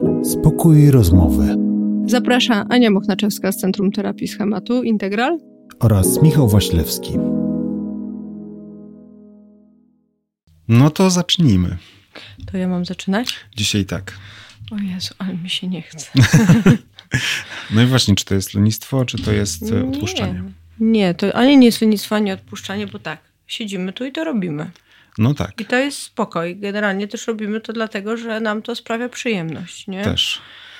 Spokój rozmowy. Zaprasza Ania Mochnaczewska z Centrum Terapii Schematu Integral oraz Michał Waślewski. No to zacznijmy. To ja mam zaczynać? Dzisiaj tak. O Jezu, ale mi się nie chce. No i właśnie, czy to jest lenistwo, czy to jest odpuszczanie? Nie, to ani nie jest lenistwo, ani odpuszczanie, bo tak, siedzimy tu i to robimy. No tak. I to jest spokój. Generalnie też robimy to dlatego, że nam to sprawia przyjemność, nie? Też.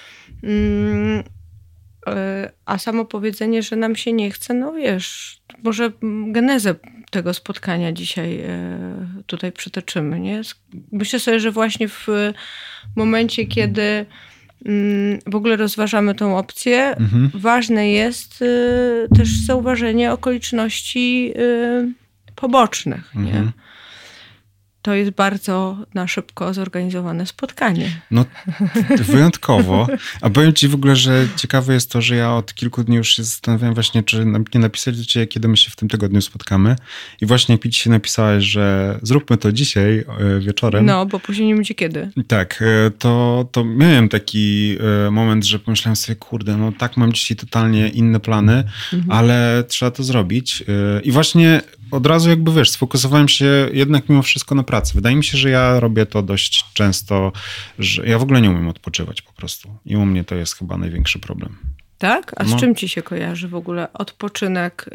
A samo powiedzenie, że nam się nie chce, no wiesz, może genezę tego spotkania dzisiaj tutaj przytoczymy, nie? Myślę sobie, że właśnie w momencie, kiedy w ogóle rozważamy tą opcję, ważne jest też zauważenie okoliczności pobocznych, nie? To jest bardzo na szybko zorganizowane spotkanie. No wyjątkowo. A powiem ci w ogóle, że ciekawe jest to, że ja od kilku dni już się zastanawiałem właśnie, czy nie napisać do ciebie, kiedy my się w tym tygodniu spotkamy. I właśnie jak mi dzisiaj napisałaś, że zróbmy to dzisiaj wieczorem. No, bo później nie będzie kiedy. Tak, to miałem taki moment, że pomyślałem sobie, kurde, no tak, mam dzisiaj totalnie inne plany, ale trzeba to zrobić. I właśnie od razu jakby wiesz, sfokusowałem się jednak mimo wszystko na pracy. Wydaje mi się, że ja robię to dość często, że ja w ogóle nie umiem odpoczywać po prostu. I u mnie to jest chyba największy problem. Tak? A z czym ci się kojarzy w ogóle odpoczynek?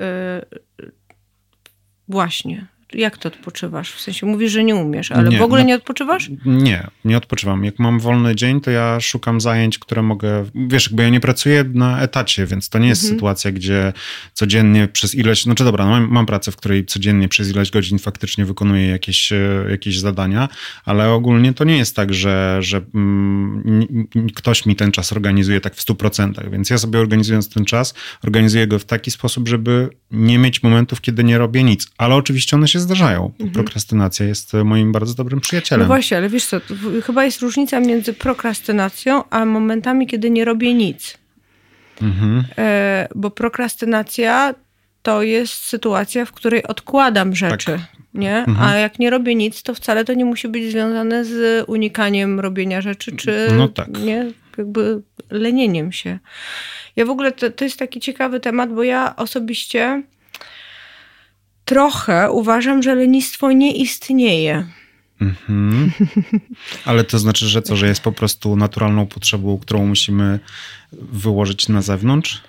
Właśnie. Jak to odpoczywasz? W sensie mówisz, że nie umiesz, ale w ogóle nie odpoczywasz? Nie odpoczywam. Jak mam wolny dzień, to ja szukam zajęć, które mogę... Wiesz, jakby ja nie pracuję na etacie, więc to nie jest sytuacja, gdzie codziennie przez ileś... Znaczy dobra, no mam pracę, w której codziennie przez ileś godzin faktycznie wykonuję jakieś zadania, ale ogólnie to nie jest tak, że ktoś mi ten czas organizuje tak w 100%, więc ja sobie organizując ten czas, organizuję go w taki sposób, żeby nie mieć momentów, kiedy nie robię nic. Ale oczywiście one się zdarzają. Prokrastynacja jest moim bardzo dobrym przyjacielem. No właśnie, ale wiesz co, chyba jest różnica między prokrastynacją, a momentami, kiedy nie robię nic. Bo prokrastynacja to jest sytuacja, w której odkładam rzeczy. Tak. Nie? A jak nie robię nic, to wcale to nie musi być związane z unikaniem robienia rzeczy, czy nie, jakby lenieniem się. Ja w ogóle, to jest taki ciekawy temat, bo ja osobiście trochę uważam, że lenistwo nie istnieje. Ale to znaczy, że co, że jest po prostu naturalną potrzebą, którą musimy wyłożyć na zewnątrz?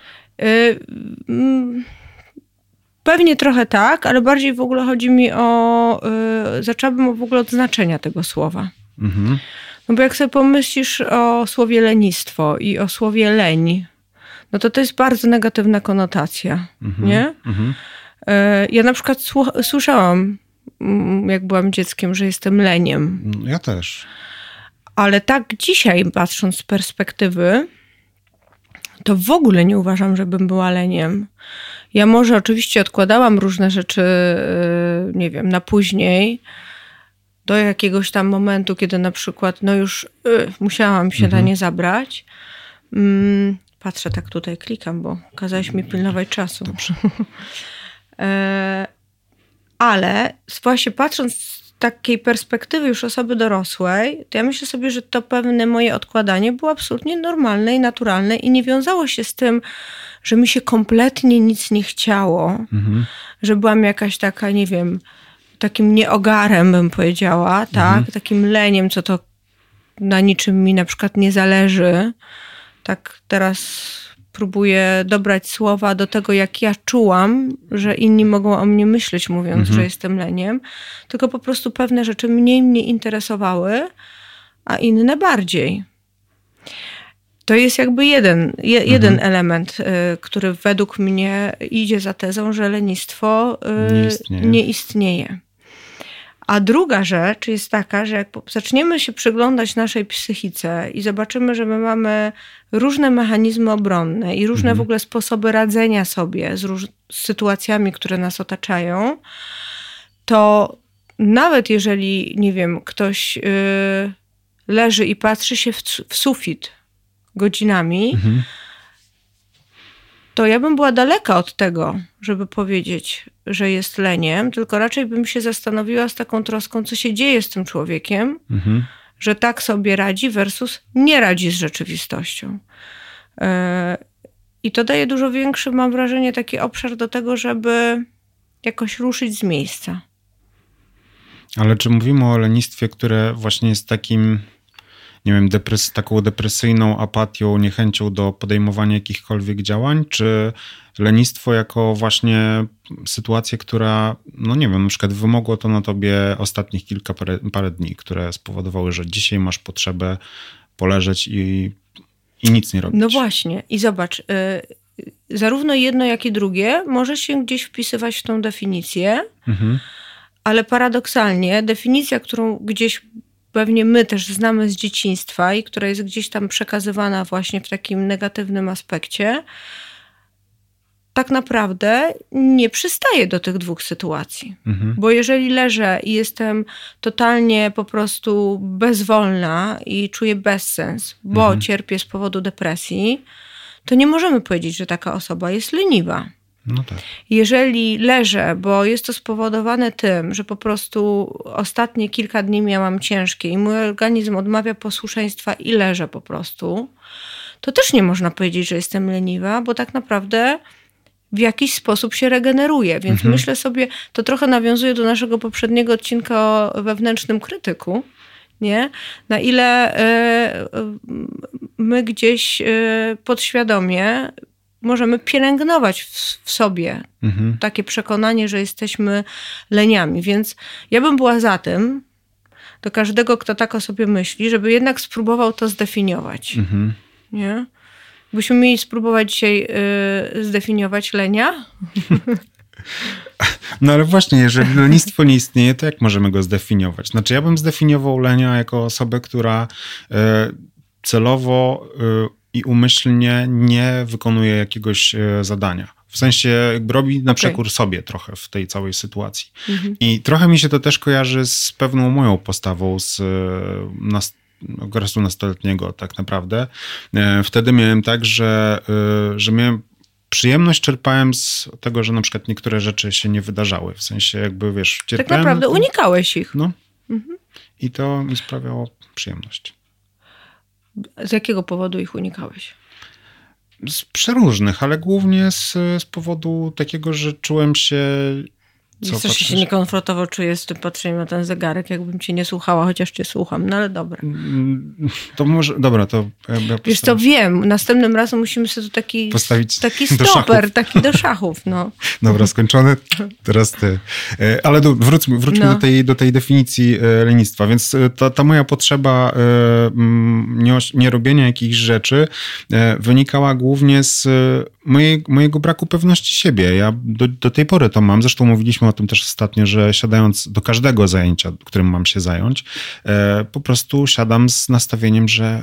Pewnie trochę tak, ale bardziej w ogóle chodzi mi o... Zaczęłabym w ogóle od znaczenia tego słowa. No bo jak sobie pomyślisz o słowie lenistwo i o słowie leń, no to jest bardzo negatywna konotacja, nie? Ja na przykład słyszałam, jak byłam dzieckiem, że jestem leniem. Ja też. Ale tak dzisiaj, patrząc z perspektywy, to w ogóle nie uważam, żebym była leniem. Ja może oczywiście odkładałam różne rzeczy, nie wiem, na później, do jakiegoś tam momentu, kiedy na przykład, no już musiałam się na nie zabrać. Patrzę, tak tutaj klikam, bo kazałeś mi pilnować czasu. Dobrze. Ale właśnie patrząc z takiej perspektywy już osoby dorosłej, to ja myślę sobie, że to pewne moje odkładanie było absolutnie normalne i naturalne i nie wiązało się z tym, że mi się kompletnie nic nie chciało, że byłam jakaś taka, nie wiem, takim nieogarem bym powiedziała, tak? Takim leniem, co to na niczym mi na przykład nie zależy. Tak teraz próbuję dobrać słowa do tego, jak ja czułam, że inni mogą o mnie myśleć, mówiąc, że jestem leniem. Tylko po prostu pewne rzeczy mniej mnie interesowały, a inne bardziej. To jest jakby jeden element, który według mnie idzie za tezą, że lenistwo nie istnieje. A druga rzecz jest taka, że jak zaczniemy się przyglądać naszej psychice i zobaczymy, że my mamy różne mechanizmy obronne i różne w ogóle sposoby radzenia sobie z sytuacjami, które nas otaczają, to nawet jeżeli, nie wiem, ktoś leży i patrzy się w sufit godzinami, to ja bym była daleka od tego, żeby powiedzieć, że jest leniem, tylko raczej bym się zastanowiła z taką troską, co się dzieje z tym człowiekiem, że tak sobie radzi versus nie radzi z rzeczywistością. I to daje dużo większy, mam wrażenie, taki obszar do tego, żeby jakoś ruszyć z miejsca. Ale czy mówimy o lenistwie, które właśnie jest takim, nie wiem, taką depresyjną apatią, niechęcią do podejmowania jakichkolwiek działań, czy lenistwo jako właśnie sytuację, która, no nie wiem, na przykład wymogło to na tobie ostatnich parę dni, które spowodowały, że dzisiaj masz potrzebę poleżeć i nic nie robić. No właśnie. I zobacz, zarówno jedno, jak i drugie może się gdzieś wpisywać w tą definicję, ale paradoksalnie definicja, którą gdzieś pewnie my też znamy z dzieciństwa i która jest gdzieś tam przekazywana właśnie w takim negatywnym aspekcie, tak naprawdę nie przystaje do tych dwóch sytuacji. Bo jeżeli leżę i jestem totalnie po prostu bezwolna i czuję bezsens, bo cierpię z powodu depresji, to nie możemy powiedzieć, że taka osoba jest leniwa. No tak. Jeżeli leżę, bo jest to spowodowane tym, że po prostu ostatnie kilka dni miałam ciężkie i mój organizm odmawia posłuszeństwa i leżę po prostu, to też nie można powiedzieć, że jestem leniwa, bo tak naprawdę w jakiś sposób się regeneruje. Więc myślę sobie, to trochę nawiązuje do naszego poprzedniego odcinka o wewnętrznym krytyku, nie? Na ile my gdzieś podświadomie możemy pielęgnować w sobie takie przekonanie, że jesteśmy leniami. Więc ja bym była za tym, do każdego, kto tak o sobie myśli, żeby jednak spróbował to zdefiniować. Nie? Byśmy mieli spróbować dzisiaj zdefiniować lenia? No ale właśnie, jeżeli lenistwo nie istnieje, to jak możemy go zdefiniować? Znaczy ja bym zdefiniował lenia jako osobę, która celowo i umyślnie nie wykonuje jakiegoś zadania. W sensie jakby robi na przekór sobie trochę w tej całej sytuacji. I trochę mi się to też kojarzy z pewną moją postawą z okresu nastoletniego tak naprawdę. Wtedy miałem tak, że miałem przyjemność, czerpałem z tego, że na przykład niektóre rzeczy się nie wydarzały. W sensie jakby, wiesz, cierpiałem. Tak naprawdę unikałeś ich. No. I to mi sprawiało przyjemność. Z jakiego powodu ich unikałeś? Z przeróżnych, ale głównie z powodu takiego, że czułem się... Jeszcze się niekomfortowo czuję z tym patrzeniem na ten zegarek, jakbym cię nie słuchała, chociaż cię słucham, no ale dobra. To może, dobra, to... Ja wiesz co, wiem, następnym razem musimy sobie tu taki stoper, taki do szachów, no. Dobra, skończone, teraz ty. Ale wróćmy do tej definicji lenistwa, więc ta moja potrzeba nie robienia jakichś rzeczy wynikała głównie z mojego braku pewności siebie. Ja do tej pory to mam, zresztą mówiliśmy o tym też ostatnio, że siadając do każdego zajęcia, którym mam się zająć, po prostu siadam z nastawieniem, że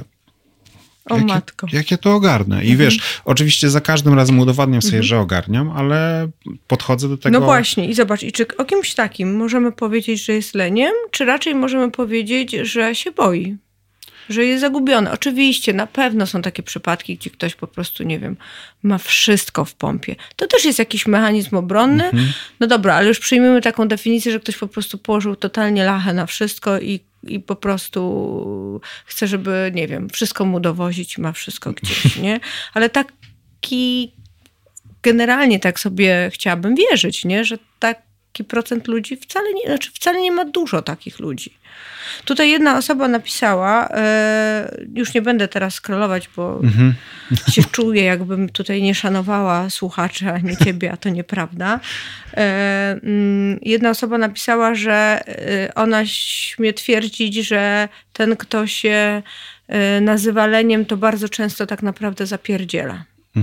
jak ja to ogarnę. I wiesz, oczywiście za każdym razem udowadniam sobie, że ogarniam, ale podchodzę do tego... No właśnie i zobacz, i czy o kimś takim możemy powiedzieć, że jest leniem, czy raczej możemy powiedzieć, że się boi? Że jest zagubiony. Oczywiście, na pewno są takie przypadki, gdzie ktoś po prostu, nie wiem, ma wszystko w pompie. To też jest jakiś mechanizm obronny. No dobra, ale już przyjmijmy taką definicję, że ktoś po prostu położył totalnie lachę na wszystko i po prostu chce, żeby, nie wiem, wszystko mu dowozić i ma wszystko gdzieś, nie? Ale taki generalnie tak sobie chciałabym wierzyć, nie? Że taki procent ludzi wcale nie ma dużo takich ludzi. Tutaj jedna osoba napisała, już nie będę teraz scrollować, bo się czuję, jakbym tutaj nie szanowała słuchaczy, a nie ciebie, a to nieprawda. Jedna osoba napisała, że ona śmie twierdzić, że ten, kto się nazywa leniem, to bardzo często tak naprawdę zapierdziela.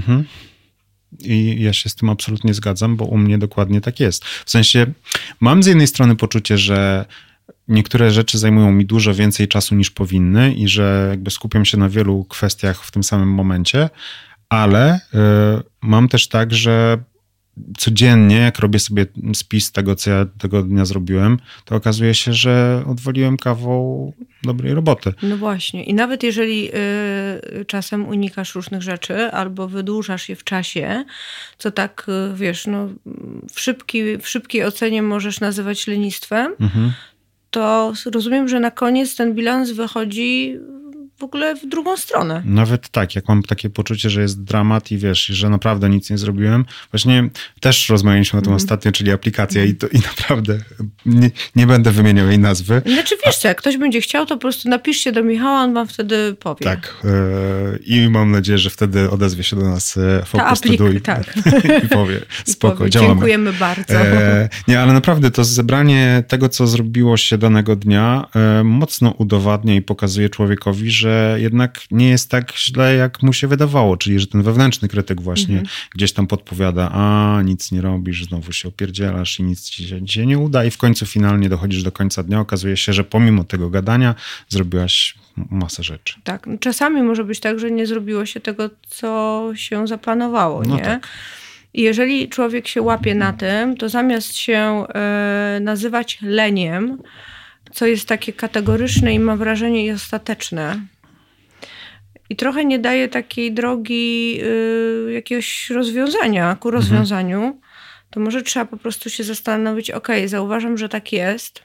I ja się z tym absolutnie zgadzam, bo u mnie dokładnie tak jest. W sensie mam z jednej strony poczucie, że niektóre rzeczy zajmują mi dużo więcej czasu niż powinny i że jakby skupiam się na wielu kwestiach w tym samym momencie, ale mam też tak, że codziennie, jak robię sobie spis tego, co ja tego dnia zrobiłem, to okazuje się, że odwaliłem kawał dobrej roboty. No właśnie. I nawet jeżeli czasem unikasz różnych rzeczy albo wydłużasz je w czasie, co tak, wiesz, no, w szybkiej ocenie możesz nazywać lenistwem, to rozumiem, że na koniec ten bilans wychodzi w ogóle w drugą stronę. Nawet tak, jak mam takie poczucie, że jest dramat i wiesz, że naprawdę nic nie zrobiłem. Właśnie też rozmawialiśmy o tym ostatnio, czyli aplikacja i naprawdę nie będę wymieniał jej nazwy. Znaczy wiesz co, jak ktoś będzie chciał, to po prostu napiszcie do Michała, on wam wtedy powie. Tak. I mam nadzieję, że wtedy odezwie się do nas Focus To Do i powie, spoko, działamy. Dziękujemy bardzo. Nie, ale naprawdę to zebranie tego, co zrobiło się danego dnia, mocno udowadnia i pokazuje człowiekowi, że jednak nie jest tak źle, jak mu się wydawało, czyli że ten wewnętrzny krytyk właśnie gdzieś tam podpowiada, a nic nie robisz, znowu się opierdzielasz i nic ci się nie uda i w końcu finalnie dochodzisz do końca dnia, okazuje się, że pomimo tego gadania zrobiłaś masę rzeczy. Tak, czasami może być tak, że nie zrobiło się tego, co się zaplanowało, no nie? Tak. I jeżeli człowiek się łapie na tym, to zamiast się nazywać leniem, co jest takie kategoryczne i mam wrażenie i ostateczne, i trochę nie daje takiej drogi jakiegoś rozwiązania ku rozwiązaniu, to może trzeba po prostu się zastanowić, zauważam, że tak jest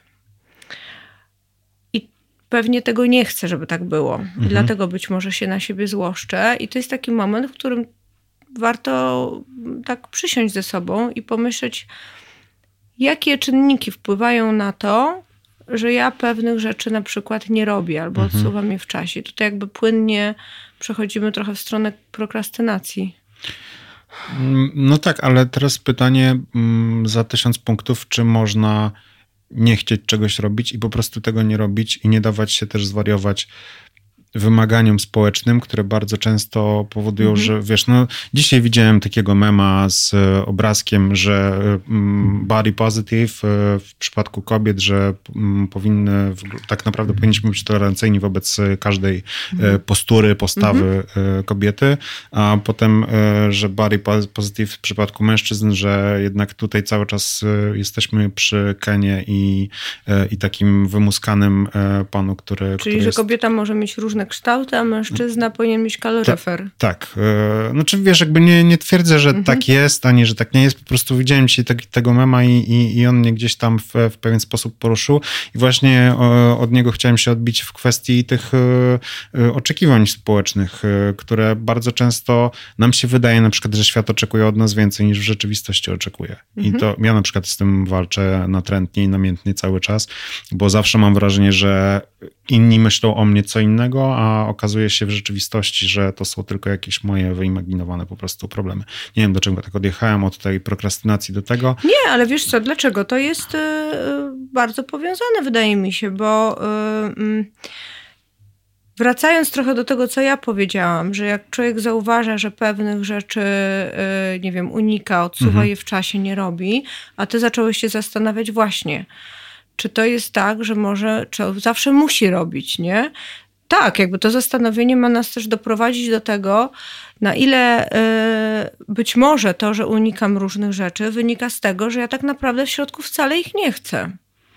i pewnie tego nie chcę, żeby tak było. I dlatego być może się na siebie złoszczę. I to jest taki moment, w którym warto tak przysiąść ze sobą i pomyśleć, jakie czynniki wpływają na to, że ja pewnych rzeczy na przykład nie robię albo odsuwam je w czasie. Tutaj jakby płynnie przechodzimy trochę w stronę prokrastynacji. No tak, ale teraz pytanie za 1000 punktów, czy można nie chcieć czegoś robić i po prostu tego nie robić i nie dawać się też zwariować wymaganiom społecznym, które bardzo często powodują, że wiesz, dzisiaj widziałem takiego mema z obrazkiem, że body positive w przypadku kobiet, że powinny, tak naprawdę powinniśmy być tolerancyjni wobec każdej postury, postawy kobiety, a potem, że body positive w przypadku mężczyzn, że jednak tutaj cały czas jesteśmy przy Kenie i takim wymuskanym panu, który Czyli, że kobieta może mieć różne kształty, a mężczyzna powinien mieć kaloryfer. Tak. Znaczy wiesz, jakby nie twierdzę, że tak jest, ani że tak nie jest. Po prostu widziałem dzisiaj tego mema i on mnie gdzieś tam w pewien sposób poruszył. I właśnie od niego chciałem się odbić w kwestii tych oczekiwań społecznych, które bardzo często nam się wydaje na przykład, że świat oczekuje od nas więcej niż w rzeczywistości oczekuje. I to ja na przykład z tym walczę natrętnie i namiętnie cały czas, bo zawsze mam wrażenie, że inni myślą o mnie co innego, a okazuje się w rzeczywistości, że to są tylko jakieś moje wyimaginowane po prostu problemy. Nie wiem, do czego tak odjechałem od tej prokrastynacji do tego. Nie, ale wiesz co, dlaczego? To jest bardzo powiązane, wydaje mi się, bo wracając trochę do tego, co ja powiedziałam, że jak człowiek zauważa, że pewnych rzeczy, nie wiem, unika, odsuwa je w czasie, nie robi, a ty zacząłeś się zastanawiać właśnie, czy to jest tak, że może zawsze musi robić, nie? Tak, jakby to zastanowienie ma nas też doprowadzić do tego, na ile być może to, że unikam różnych rzeczy, wynika z tego, że ja tak naprawdę w środku wcale ich nie chcę.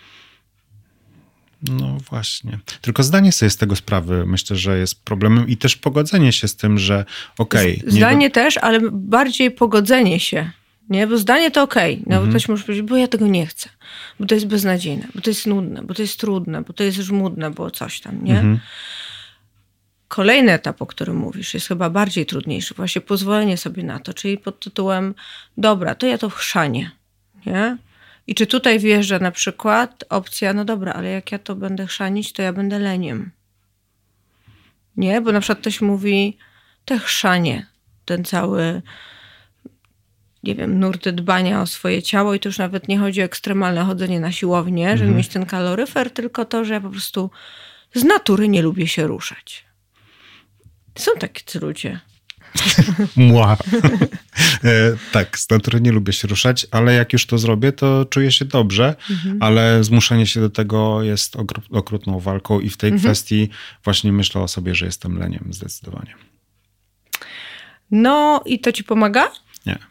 No właśnie. Tylko zdanie sobie z tego sprawy myślę, że jest problemem i też pogodzenie się z tym, że Zdanie też, ale bardziej pogodzenie się. Nie, bo zdanie to no bo ktoś może powiedzieć, bo ja tego nie chcę, bo to jest beznadziejne, bo to jest nudne, bo to jest trudne, bo to jest żmudne, bo coś tam, nie? Kolejny etap, o którym mówisz, jest chyba bardziej trudniejszy. Właśnie pozwolenie sobie na to, czyli pod tytułem dobra, to ja to chrzanię, nie? I czy tutaj wjeżdża na przykład opcja, no dobra, ale jak ja to będę chrzanić, to ja będę leniem. Nie? Bo na przykład ktoś mówi, te chrzanie, ten cały, nie wiem, nurty dbania o swoje ciało i to już nawet nie chodzi o ekstremalne chodzenie na siłownię, żeby mieć ten kaloryfer, tylko to, że ja po prostu z natury nie lubię się ruszać. Są tacy ludzie. Mła. Tak, z natury nie lubię się ruszać, ale jak już to zrobię, to czuję się dobrze, ale zmuszenie się do tego jest okrutną walką i w tej kwestii właśnie myślę o sobie, że jestem leniem zdecydowanie. No i to ci pomaga? Nie.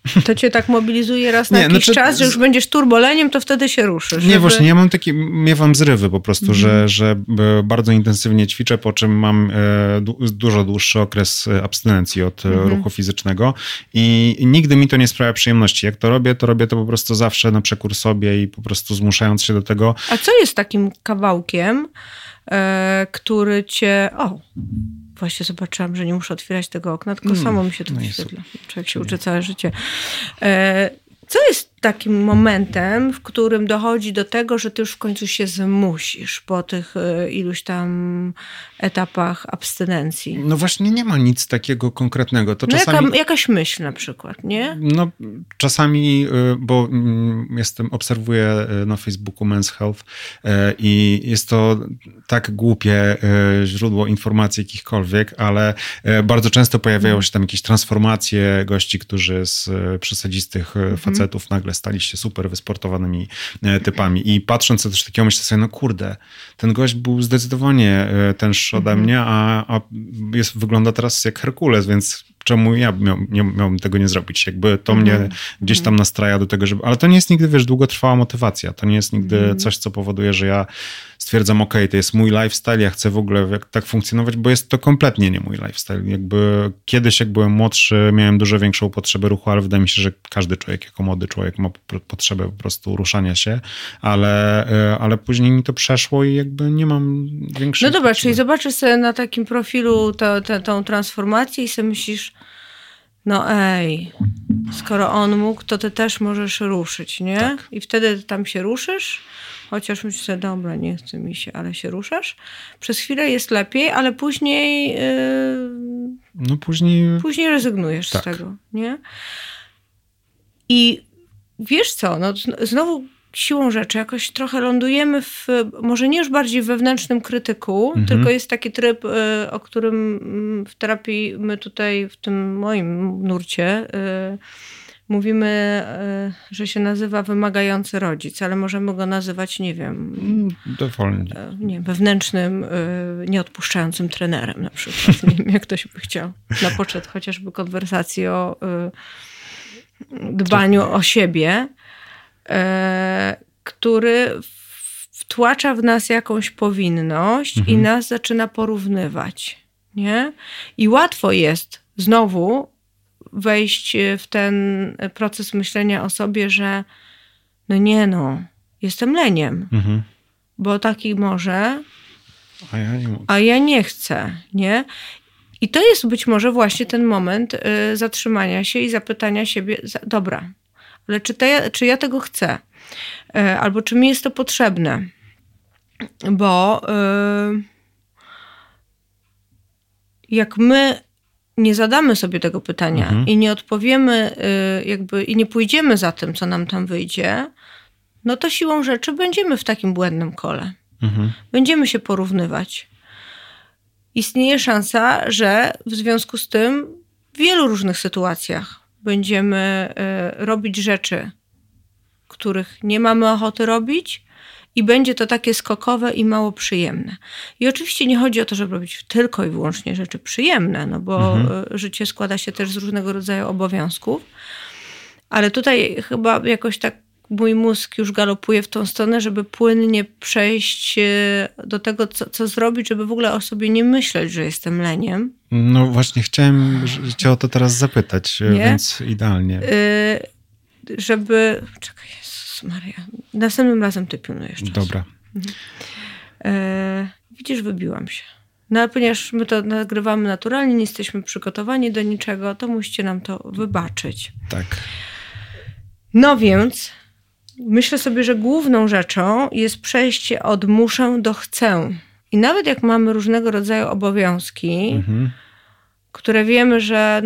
To cię tak mobilizuje raz na jakiś czas, że już będziesz turboleniem, to wtedy się ruszysz. Nie, właśnie, ja miewam zrywy po prostu, że bardzo intensywnie ćwiczę, po czym mam dużo dłuższy okres abstynencji od ruchu fizycznego i nigdy mi to nie sprawia przyjemności. Jak to robię to po prostu zawsze na przekór sobie i po prostu zmuszając się do tego. A co jest takim kawałkiem, który cię... Właśnie zobaczyłam, że nie muszę otwierać tego okna, tylko samo mi się to wyświetla. Człowiek się uczy całe życie. Co jest takim momentem, w którym dochodzi do tego, że ty już w końcu się zmusisz po tych iluś tam etapach abstynencji? No właśnie nie ma nic takiego konkretnego. To czasami... jakaś myśl na przykład, nie? No czasami, bo obserwuję na Facebooku Men's Health i jest to tak głupie źródło informacji jakichkolwiek, ale bardzo często pojawiają się tam jakieś transformacje gości, którzy z przesadzistych facetów nagle stali się super wysportowanymi typami. I patrząc na coś takiego, myślę sobie, no kurde, ten gość był zdecydowanie tęższy ode mnie, a wygląda teraz jak Herkules, więc czemu ja miałbym tego nie zrobić? Jakby to mnie gdzieś tam nastraja do tego, żeby... Ale to nie jest nigdy, długotrwała motywacja. To nie jest nigdy coś, co powoduje, że ja stwierdzam, okej, to jest mój lifestyle, ja chcę w ogóle tak funkcjonować, bo jest to kompletnie nie mój lifestyle. Jakby kiedyś, jak byłem młodszy, miałem dużo większą potrzebę ruchu, ale wydaje mi się, że każdy człowiek, jako młody człowiek ma potrzebę po prostu ruszania się, ale później mi to przeszło i jakby nie mam większej... No dobra, czyli zobaczysz sobie na takim profilu tą transformację i sobie myślisz, no skoro on mógł, to ty też możesz ruszyć, nie? Tak. I wtedy tam się ruszysz, chociaż myślisz sobie, dobra, nie chce mi się, ale się ruszasz. Przez chwilę jest lepiej, ale później... No później rezygnujesz z tego, nie? I wiesz co, no znowu siłą rzeczy jakoś trochę lądujemy może nie już bardziej wewnętrznym krytyku, tylko jest taki tryb, o którym w terapii my tutaj w tym moim nurcie mówimy, że się nazywa wymagający rodzic, ale możemy go nazywać, nie wiem, dowolnie. Wewnętrznym, nieodpuszczającym trenerem na przykład. Nie wiem, jak ktoś by chciał. Na poczet chociażby konwersacji o dbaniu o siebie, który wtłacza w nas jakąś powinność i nas zaczyna porównywać. Nie? I łatwo jest znowu wejść w ten proces myślenia o sobie, że jestem leniem, bo taki może, a ja nie chcę. Nie? I to jest być może właśnie ten moment zatrzymania się i zapytania siebie, dobra, ale czy ja tego chcę? Albo czy mi jest to potrzebne? Bo jak my nie zadamy sobie tego pytania i nie odpowiemy i nie pójdziemy za tym, co nam tam wyjdzie, no to siłą rzeczy będziemy w takim błędnym kole. Będziemy się porównywać. Istnieje szansa, że w związku z tym w wielu różnych sytuacjach będziemy robić rzeczy, których nie mamy ochoty robić i będzie to takie skokowe i mało przyjemne. I oczywiście nie chodzi o to, żeby robić tylko i wyłącznie rzeczy przyjemne, no bo życie składa się też z różnego rodzaju obowiązków, ale tutaj chyba jakoś tak mój mózg już galopuje w tą stronę, żeby płynnie przejść do tego, co zrobić, żeby w ogóle o sobie nie myśleć, że jestem leniem. No właśnie chciałem cię o to teraz zapytać, więc idealnie. Czekaj, Jezus Maria. Następnym razem ty pilnujesz czasu. Dobra. Widzisz, wybiłam się. No ale ponieważ my to nagrywamy naturalnie, nie jesteśmy przygotowani do niczego, to musicie nam to wybaczyć. Tak. No więc myślę sobie, że główną rzeczą jest przejście od muszę do chcę. I nawet jak mamy różnego rodzaju obowiązki, które wiemy, że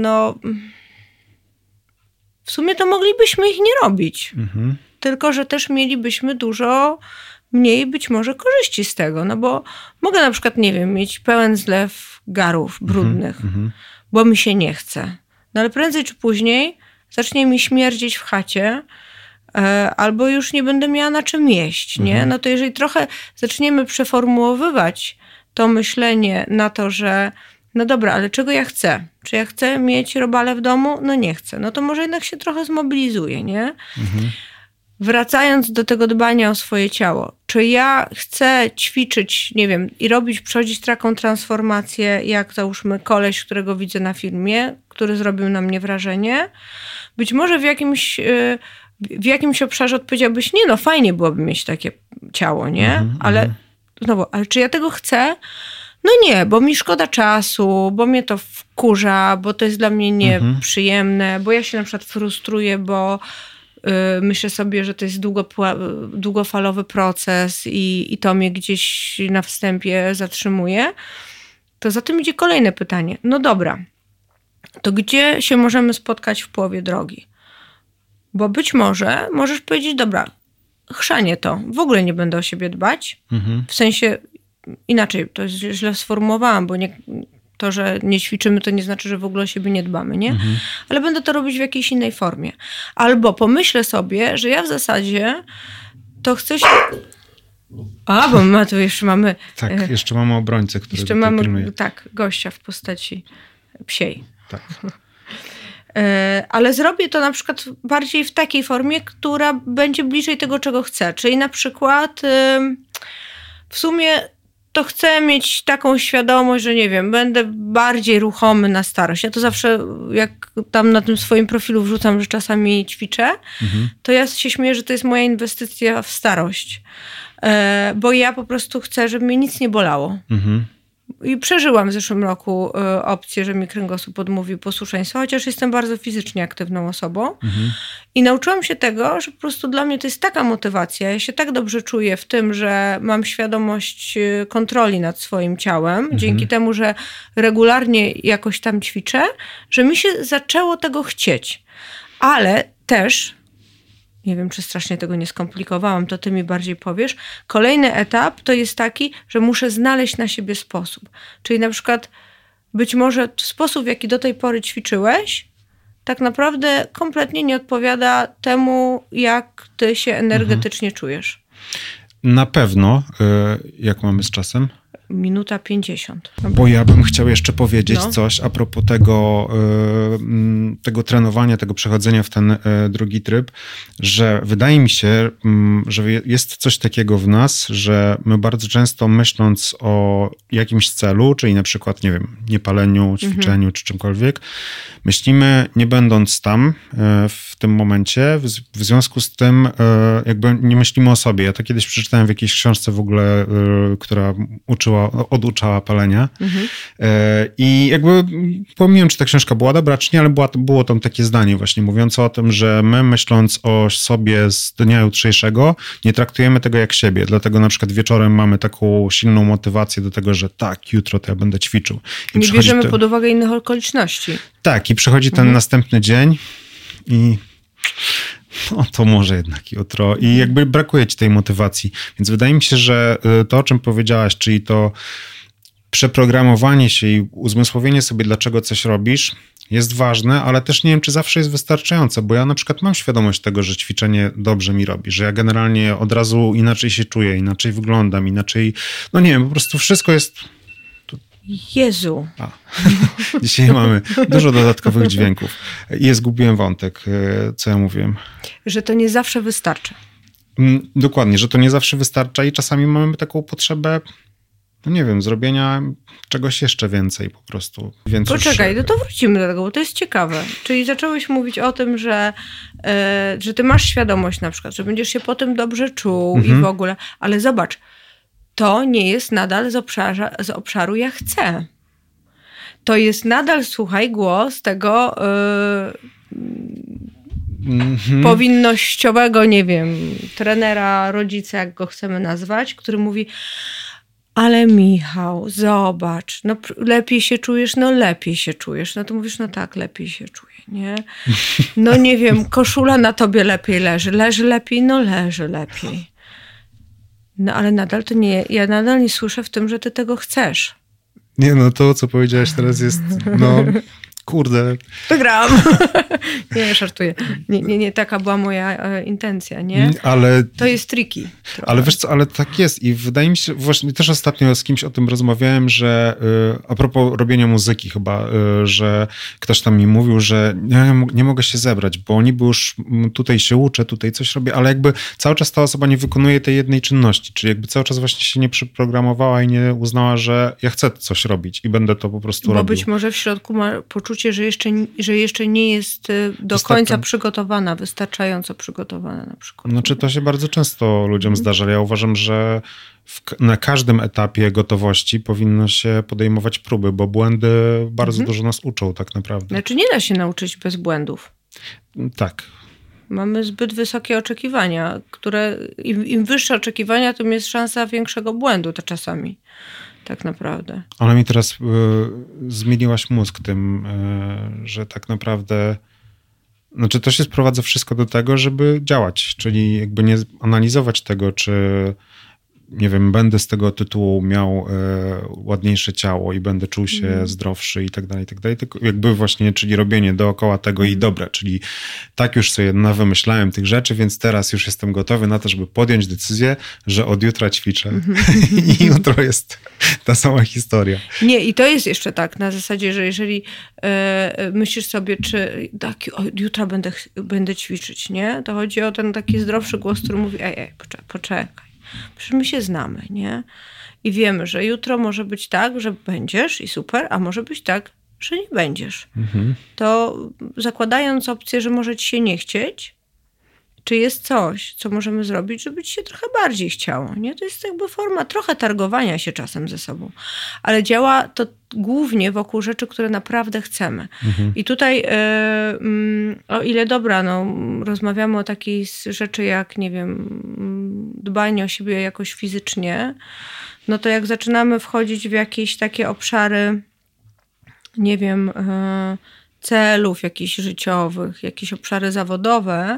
w sumie to moglibyśmy ich nie robić. Tylko że też mielibyśmy dużo mniej być może korzyści z tego. No bo mogę na przykład, nie wiem, mieć pełen zlew garów brudnych, bo mi się nie chce. No ale prędzej czy później zacznie mi śmierdzieć w chacie, albo już nie będę miała na czym jeść, nie? No to jeżeli trochę zaczniemy przeformułowywać to myślenie na to, że no dobra, ale czego ja chcę? Czy ja chcę mieć robale w domu? No nie chcę. No to może jednak się trochę zmobilizuję, nie? Wracając do tego dbania o swoje ciało. Czy ja chcę ćwiczyć, nie wiem, i przechodzić taką transformację, jak załóżmy koleś, którego widzę na filmie, który zrobił na mnie wrażenie? Być może w jakimś obszarze odpowiedziałbyś, nie no, fajnie byłoby mieć takie ciało, nie? Ale znowu, ale czy ja tego chcę? No nie, bo mi szkoda czasu, bo mnie to wkurza, bo to jest dla mnie nieprzyjemne, bo ja się na przykład frustruję, bo myślę sobie, że to jest długofalowy proces i to mnie gdzieś na wstępie zatrzymuje. To za tym idzie kolejne pytanie. No dobra, to gdzie się możemy spotkać w połowie drogi? Bo być może możesz powiedzieć, dobra, chrzanię to, w ogóle nie będę o siebie dbać. W sensie inaczej, to jest źle sformułowałam, bo to, że nie ćwiczymy, to nie znaczy, że w ogóle o siebie nie dbamy, nie? Ale będę to robić w jakiejś innej formie. Albo pomyślę sobie, że ja w zasadzie to chcę się... bo my tu jeszcze mamy... Tak, jeszcze mamy obrońcę, który jeszcze mamy, pilnuje. Tak, gościa w postaci psiej. Tak. Ale zrobię to na przykład bardziej w takiej formie, która będzie bliżej tego, czego chcę. Czyli na przykład w sumie to chcę mieć taką świadomość, że nie wiem, będę bardziej ruchomy na starość. Ja to zawsze, jak tam na tym swoim profilu wrzucam, że czasami ćwiczę, to ja się śmieję, że to jest moja inwestycja w starość. Bo ja po prostu chcę, żeby mnie nic nie bolało. I przeżyłam w zeszłym roku opcję, że mi kręgosłup odmówił posłuszeństwa, chociaż jestem bardzo fizycznie aktywną osobą. I nauczyłam się tego, że po prostu dla mnie to jest taka motywacja. Ja się tak dobrze czuję w tym, że mam świadomość kontroli nad swoim ciałem, dzięki temu, że regularnie jakoś tam ćwiczę, że mi się zaczęło tego chcieć. Ale też... Nie wiem, czy strasznie tego nie skomplikowałam, to ty mi bardziej powiesz. Kolejny etap to jest taki, że muszę znaleźć na siebie sposób. Czyli na przykład być może sposób, w jaki do tej pory ćwiczyłeś, tak naprawdę kompletnie nie odpowiada temu, jak ty się energetycznie czujesz. Na pewno. Jak mamy z czasem? 1:50. Bo ja bym chciał jeszcze powiedzieć coś a propos tego trenowania, tego przechodzenia w ten drugi tryb, że wydaje mi się, że jest coś takiego w nas, że my bardzo często myśląc o jakimś celu, czyli na przykład, nie wiem, niepaleniu, ćwiczeniu czy czymkolwiek, myślimy nie będąc tam w tym momencie, w związku z tym jakby nie myślimy o sobie. Ja to kiedyś przeczytałem w jakiejś książce w ogóle, która oduczała palenia. I jakby pomijam, czy ta książka była dobra, czy nie, ale było tam takie zdanie właśnie mówiące o tym, że my myśląc o sobie z dnia jutrzejszego, nie traktujemy tego jak siebie. Dlatego na przykład wieczorem mamy taką silną motywację do tego, że tak, jutro to ja będę ćwiczył. I nie bierzemy pod uwagę innych okoliczności. Tak, i przychodzi ten następny dzień i to może jednak jutro. I jakby brakuje ci tej motywacji. Więc wydaje mi się, że to, o czym powiedziałaś, czyli to przeprogramowanie się i uzmysłowienie sobie, dlaczego coś robisz, jest ważne, ale też nie wiem, czy zawsze jest wystarczające, bo ja na przykład mam świadomość tego, że ćwiczenie dobrze mi robi, że ja generalnie od razu inaczej się czuję, inaczej wyglądam, inaczej, no nie wiem, po prostu wszystko jest... Jezu. Dzisiaj mamy dużo dodatkowych dźwięków. I zgubiłem wątek, co ja mówiłem. Że to nie zawsze wystarcza. Dokładnie, że to nie zawsze wystarcza i czasami mamy taką potrzebę, no nie wiem, zrobienia czegoś jeszcze więcej po prostu. Więc poczekaj, to wrócimy do tego, bo to jest ciekawe. Czyli zacząłeś mówić o tym, że ty masz świadomość na przykład, że będziesz się potem dobrze czuł i w ogóle, ale zobacz, to nie jest nadal z obszaru ja chcę. To jest nadal, słuchaj, głos tego powinnościowego, nie wiem, trenera, rodzica, jak go chcemy nazwać, który mówi, ale Michał, zobacz, no lepiej się czujesz, no lepiej się czujesz. No to mówisz, no tak, lepiej się czuję, nie? No nie wiem, koszula na tobie lepiej leży lepiej, no leży lepiej. No ale nadal to nie, ja nadal nie słyszę w tym, że ty tego chcesz. Nie, no to, co powiedziałaś teraz jest, no Kurde. Wygrałam. Nie, żartuję. Nie, taka była moja intencja, nie? Ale to jest tricky. Ale wiesz co, ale tak jest i wydaje mi się, właśnie też ostatnio z kimś o tym rozmawiałem, że a propos robienia muzyki chyba, że ktoś tam mi mówił, że nie mogę się zebrać, bo niby już tutaj się uczę, tutaj coś robię, ale jakby cały czas ta osoba nie wykonuje tej jednej czynności, czyli jakby cały czas właśnie się nie przyprogramowała i nie uznała, że ja chcę coś robić i będę to po prostu robił. Bo być może w środku ma poczucie, że jeszcze nie jest do końca przygotowana, wystarczająco przygotowana na przykład. Znaczy to się bardzo często ludziom zdarza. Ja uważam, że na każdym etapie gotowości powinno się podejmować próby, bo błędy bardzo dużo nas uczą tak naprawdę. Znaczy nie da się nauczyć bez błędów. Tak. Mamy zbyt wysokie oczekiwania, które im wyższe oczekiwania, tym jest szansa większego błędu to czasami. Tak naprawdę. Ale mi teraz zmieniłaś mózg tym, że tak naprawdę znaczy to się sprowadza wszystko do tego, żeby działać, czyli jakby nie analizować tego, czy nie wiem, będę z tego tytułu miał ładniejsze ciało i będę czuł się zdrowszy i tak dalej, tylko jakby właśnie, czyli robienie dookoła tego i dobre, czyli tak już sobie nawymyślałem tych rzeczy, więc teraz już jestem gotowy na to, żeby podjąć decyzję, że od jutra ćwiczę i jutro jest ta sama historia. Nie, i to jest jeszcze tak, na zasadzie, że jeżeli myślisz sobie, czy tak, od jutra będę ćwiczyć, nie? To chodzi o ten taki zdrowszy głos, który mówi, poczekaj. Przecież my się znamy, nie? I wiemy, że jutro może być tak, że będziesz i super, a może być tak, że nie będziesz. To zakładając opcję, że może ci się nie chcieć, czy jest coś, co możemy zrobić, żeby ci się trochę bardziej chciało, nie? To jest jakby forma trochę targowania się czasem ze sobą. Ale działa to głównie wokół rzeczy, które naprawdę chcemy. I tutaj, o ile dobra, rozmawiamy o takiej rzeczy jak, nie wiem, dbanie o siebie jakoś fizycznie, no to jak zaczynamy wchodzić w jakieś takie obszary, nie wiem, celów jakichś życiowych, jakieś obszary zawodowe,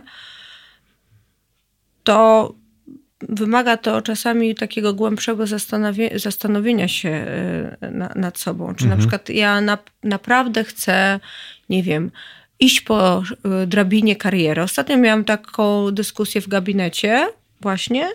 to wymaga to czasami takiego głębszego zastanowienia się nad sobą. Czy na przykład ja naprawdę chcę, nie wiem, iść po drabinie kariery. Ostatnio miałam taką dyskusję w gabinecie właśnie,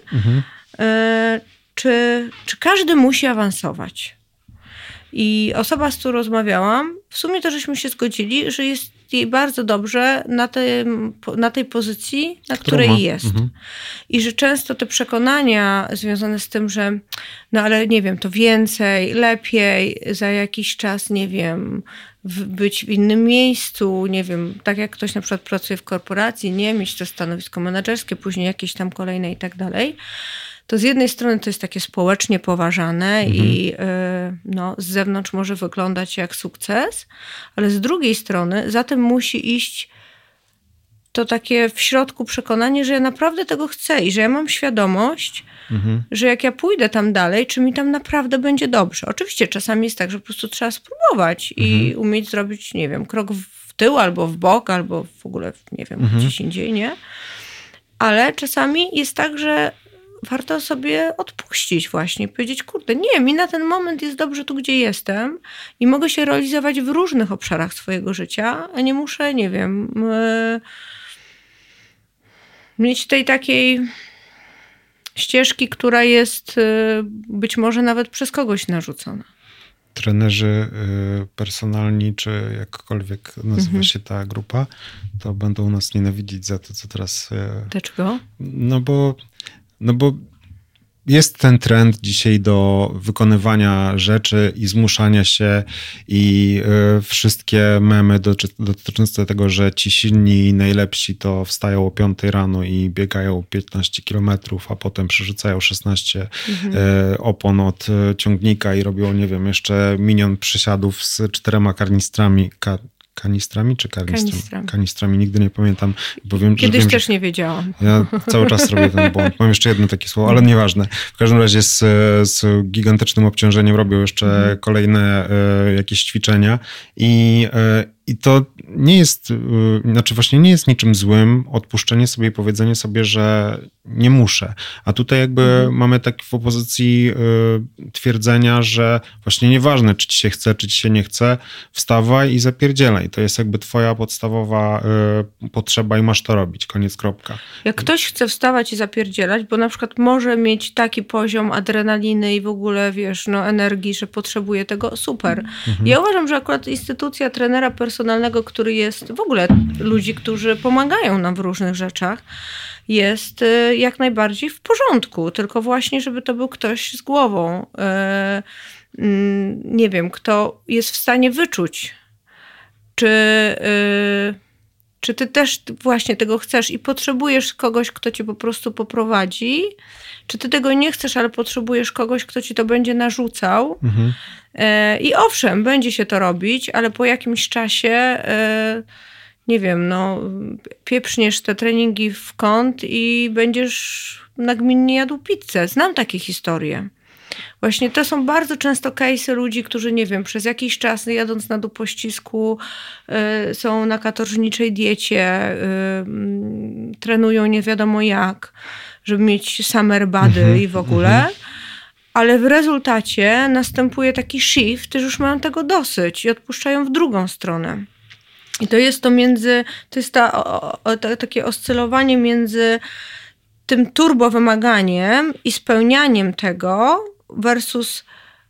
czy każdy musi awansować. I osoba, z którą rozmawiałam, w sumie to żeśmy się zgodzili, że jest jej bardzo dobrze na tej pozycji, na której jest. I że często te przekonania związane z tym, że no ale nie wiem, to więcej, lepiej, za jakiś czas, nie wiem, być w innym miejscu, nie wiem, tak jak ktoś na przykład pracuje w korporacji, nie mieć to stanowisko menedżerskie, później jakieś tam kolejne i tak dalej. To z jednej strony to jest takie społecznie poważane i z zewnątrz może wyglądać jak sukces, ale z drugiej strony za tym musi iść to takie w środku przekonanie, że ja naprawdę tego chcę i że ja mam świadomość, że jak ja pójdę tam dalej, czy mi tam naprawdę będzie dobrze. Oczywiście czasami jest tak, że po prostu trzeba spróbować i umieć zrobić, nie wiem, krok w tył albo w bok, albo w ogóle, nie wiem, gdzieś indziej, nie? Ale czasami jest tak, że warto sobie odpuścić właśnie, powiedzieć, kurde, nie, mi na ten moment jest dobrze tu, gdzie jestem i mogę się realizować w różnych obszarach swojego życia, a nie muszę, nie wiem, mieć tej takiej ścieżki, która jest być może nawet przez kogoś narzucona. Trenerzy personalni, czy jakkolwiek nazywa się ta grupa, to będą nas nienawidzić za to, co teraz... Dlaczego? No bo jest ten trend dzisiaj do wykonywania rzeczy i zmuszania się i wszystkie memy dotyczące tego, że ci silni i najlepsi to wstają o 5 rano i biegają 15 kilometrów, a potem przerzucają 16 opon od ciągnika i robią, nie wiem, jeszcze milion przysiadów z 4 kanistrami czy karnistrami? Kanistrami, nigdy nie pamiętam. Bo Kiedyś też nie wiedziałam. Ja cały czas robię ten błąd. Mam jeszcze jedno takie słowo, ale nieważne. W każdym razie z gigantycznym obciążeniem robią jeszcze kolejne jakieś ćwiczenia i I to nie jest, właśnie nie jest niczym złym odpuszczenie sobie i powiedzenie sobie, że nie muszę. A tutaj jakby mamy tak w opozycji twierdzenia, że właśnie nieważne, czy ci się chce, czy ci się nie chce, wstawaj i zapierdzielaj. To jest jakby twoja podstawowa potrzeba i masz to robić. Koniec, kropka. Jak ktoś chce wstawać i zapierdzielać, bo na przykład może mieć taki poziom adrenaliny i w ogóle, energii, że potrzebuje tego, super. Ja uważam, że akurat instytucja trenera personalnego, który jest w ogóle ludzi, którzy pomagają nam w różnych rzeczach, jest jak najbardziej w porządku. Tylko właśnie, żeby to był ktoś z głową. Nie wiem, kto jest w stanie wyczuć, czy ty też właśnie tego chcesz i potrzebujesz kogoś, kto cię po prostu poprowadzi, czy ty tego nie chcesz, ale potrzebujesz kogoś, kto ci to będzie narzucał. I owszem, będzie się to robić, ale po jakimś czasie nie wiem, pieprzniesz te treningi w kąt i będziesz nagminnie jadł pizzę. Znam takie historie. Właśnie to są bardzo często case'y ludzi, którzy, nie wiem, przez jakiś czas jadąc na dół pościsku są na katorżniczej diecie, trenują nie wiadomo jak, żeby mieć summer body i w ogóle. Ale w rezultacie następuje taki shift, że już mają tego dosyć i odpuszczają w drugą stronę. I to jest takie oscylowanie między tym turbo wymaganiem i spełnianiem tego versus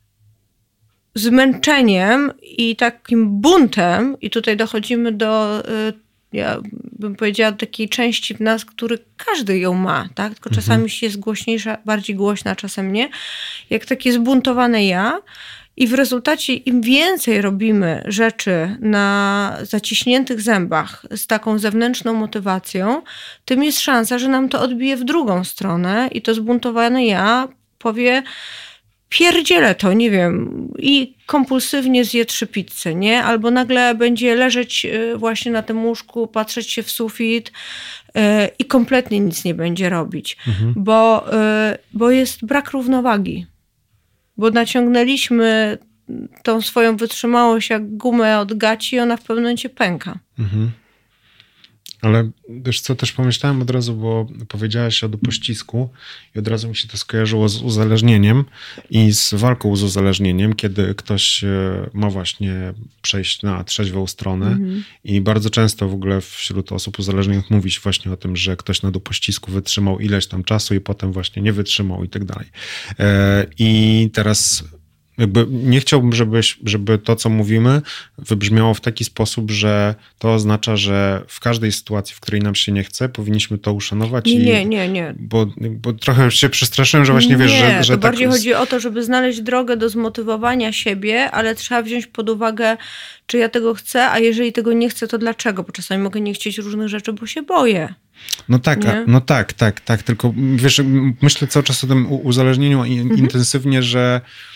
zmęczeniem i takim buntem. I tutaj dochodzimy do, ja bym powiedziała, takiej części w nas, który każdy ją ma, tak? Tylko czasami jest głośniejsza, bardziej głośna, a czasem nie. Jak takie zbuntowane ja. I w rezultacie im więcej robimy rzeczy na zaciśniętych zębach z taką zewnętrzną motywacją, tym jest szansa, że nam to odbije w drugą stronę i to zbuntowane ja powie, pierdzielę to, nie wiem, i kompulsywnie zje 3 pizze, nie? Albo nagle będzie leżeć właśnie na tym łóżku, patrzeć się w sufit i kompletnie nic nie będzie robić, bo jest brak równowagi. Bo naciągnęliśmy tą swoją wytrzymałość jak gumę od gaci i ona w pewnym momencie pęka. Ale wiesz co, też pomyślałem od razu, bo powiedziałaś o dopościsku i od razu mi się to skojarzyło z uzależnieniem i z walką z uzależnieniem, kiedy ktoś ma właśnie przejść na trzeźwą stronę i bardzo często w ogóle wśród osób uzależnionych mówi się właśnie o tym, że ktoś na dopościsku wytrzymał ileś tam czasu i potem właśnie nie wytrzymał i tak dalej. I teraz jakby nie chciałbym, żeby to, co mówimy, wybrzmiało w taki sposób, że to oznacza, że w każdej sytuacji, w której nam się nie chce, powinniśmy to uszanować. Nie. Bo trochę się przestraszyłem, że właśnie wiesz, że to bardziej chodzi o to, żeby znaleźć drogę do zmotywowania siebie, ale trzeba wziąć pod uwagę, czy ja tego chcę, a jeżeli tego nie chcę, to dlaczego? Bo czasami mogę nie chcieć różnych rzeczy, bo się boję. Tak. Tylko wiesz, myślę cały czas o tym uzależnieniu intensywnie, że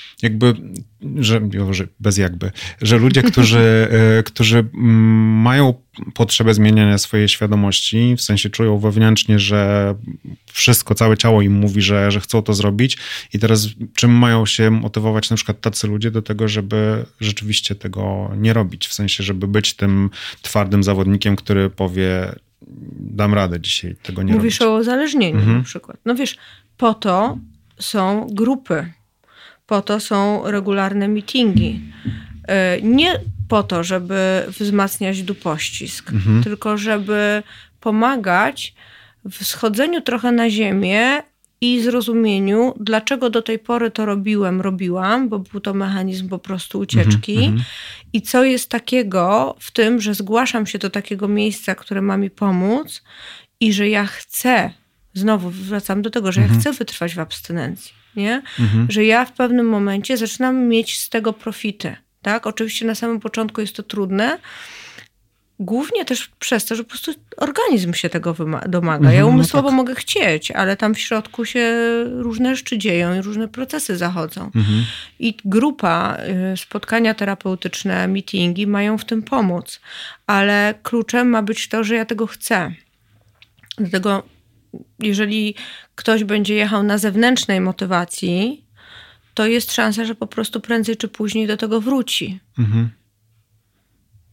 że ludzie, którzy mają potrzebę zmieniania swojej świadomości, w sensie czują wewnętrznie, że wszystko, całe ciało im mówi, że chcą to zrobić i teraz czym mają się motywować na przykład tacy ludzie do tego, żeby rzeczywiście tego nie robić, w sensie, żeby być tym twardym zawodnikiem, który powie, dam radę dzisiaj tego nie robić. Mówisz o uzależnieniu na przykład. No wiesz, po to są grupy. Po to są regularne meetingi. Nie po to, żeby wzmacniać dupościsk, tylko żeby pomagać w schodzeniu trochę na ziemię i zrozumieniu, dlaczego do tej pory to robiłam, bo był to mechanizm po prostu ucieczki. I co jest takiego w tym, że zgłaszam się do takiego miejsca, które ma mi pomóc i że ja chcę, znowu wracam do tego, że ja chcę wytrwać w abstynencji. Nie? Że ja w pewnym momencie zaczynam mieć z tego profity. Tak? Oczywiście na samym początku jest to trudne, głównie też przez to, że po prostu organizm się tego domaga. Ja umysłowo mogę chcieć, ale tam w środku się różne rzeczy dzieją i różne procesy zachodzą. I grupa, spotkania terapeutyczne, meetingi mają w tym pomóc. Ale kluczem ma być to, że ja tego chcę. Dlatego jeżeli ktoś będzie jechał na zewnętrznej motywacji, to jest szansa, że po prostu prędzej czy później do tego wróci.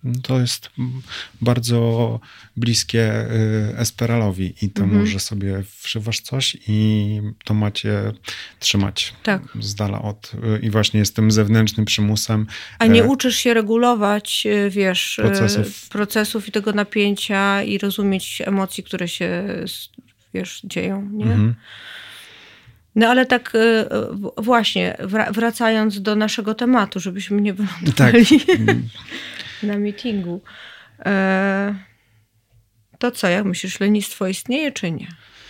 To jest bardzo bliskie Esperalowi i temu, że sobie wszywasz coś i to macie trzymać z dala od... I właśnie jest tym zewnętrznym przymusem. A nie uczysz się regulować, wiesz, procesów i tego napięcia i rozumieć emocji, które się, wiesz, dzieją, nie? No ale tak właśnie, wracając do naszego tematu, żebyśmy nie wylądowali na meetingu. To co, jak myślisz, lenistwo istnieje czy nie?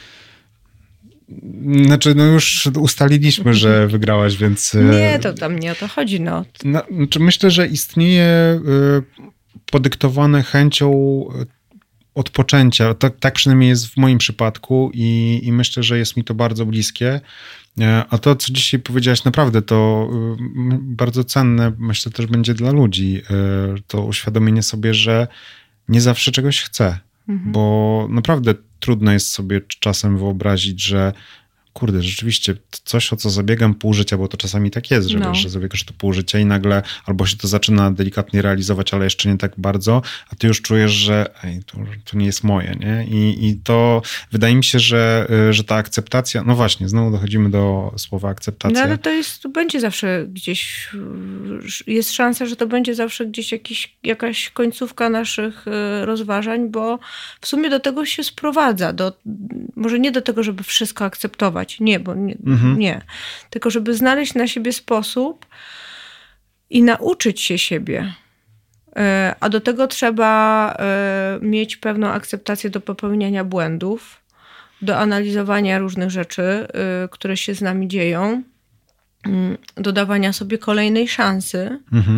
Znaczy, no już ustaliliśmy, że wygrałaś, więc... Nie, to tam nie o to chodzi. Znaczy myślę, że istnieje podyktowane chęcią odpoczęcia. Tak przynajmniej jest w moim przypadku i myślę, że jest mi to bardzo bliskie. A to, co dzisiaj powiedziałaś, naprawdę to bardzo cenne, myślę, też będzie dla ludzi. To uświadomienie sobie, że nie zawsze czegoś chcę. Bo naprawdę trudno jest sobie czasem wyobrazić, że kurde, rzeczywiście coś, o co zabiegam pół życia, bo to czasami tak jest, że wiesz, że zabiegasz to pół życia i nagle albo się to zaczyna delikatnie realizować, ale jeszcze nie tak bardzo, a ty już czujesz, że to nie jest moje, nie? I to wydaje mi się, że ta akceptacja, no właśnie, znowu dochodzimy do słowa akceptacja. No ale to będzie zawsze gdzieś, jest szansa, że to będzie zawsze gdzieś jakaś końcówka naszych rozważań, bo w sumie do tego się sprowadza, może nie do tego, żeby wszystko akceptować, nie. Tylko żeby znaleźć na siebie sposób i nauczyć się siebie. A do tego trzeba mieć pewną akceptację do popełniania błędów, do analizowania różnych rzeczy, które się z nami dzieją, do dawania sobie kolejnej szansy.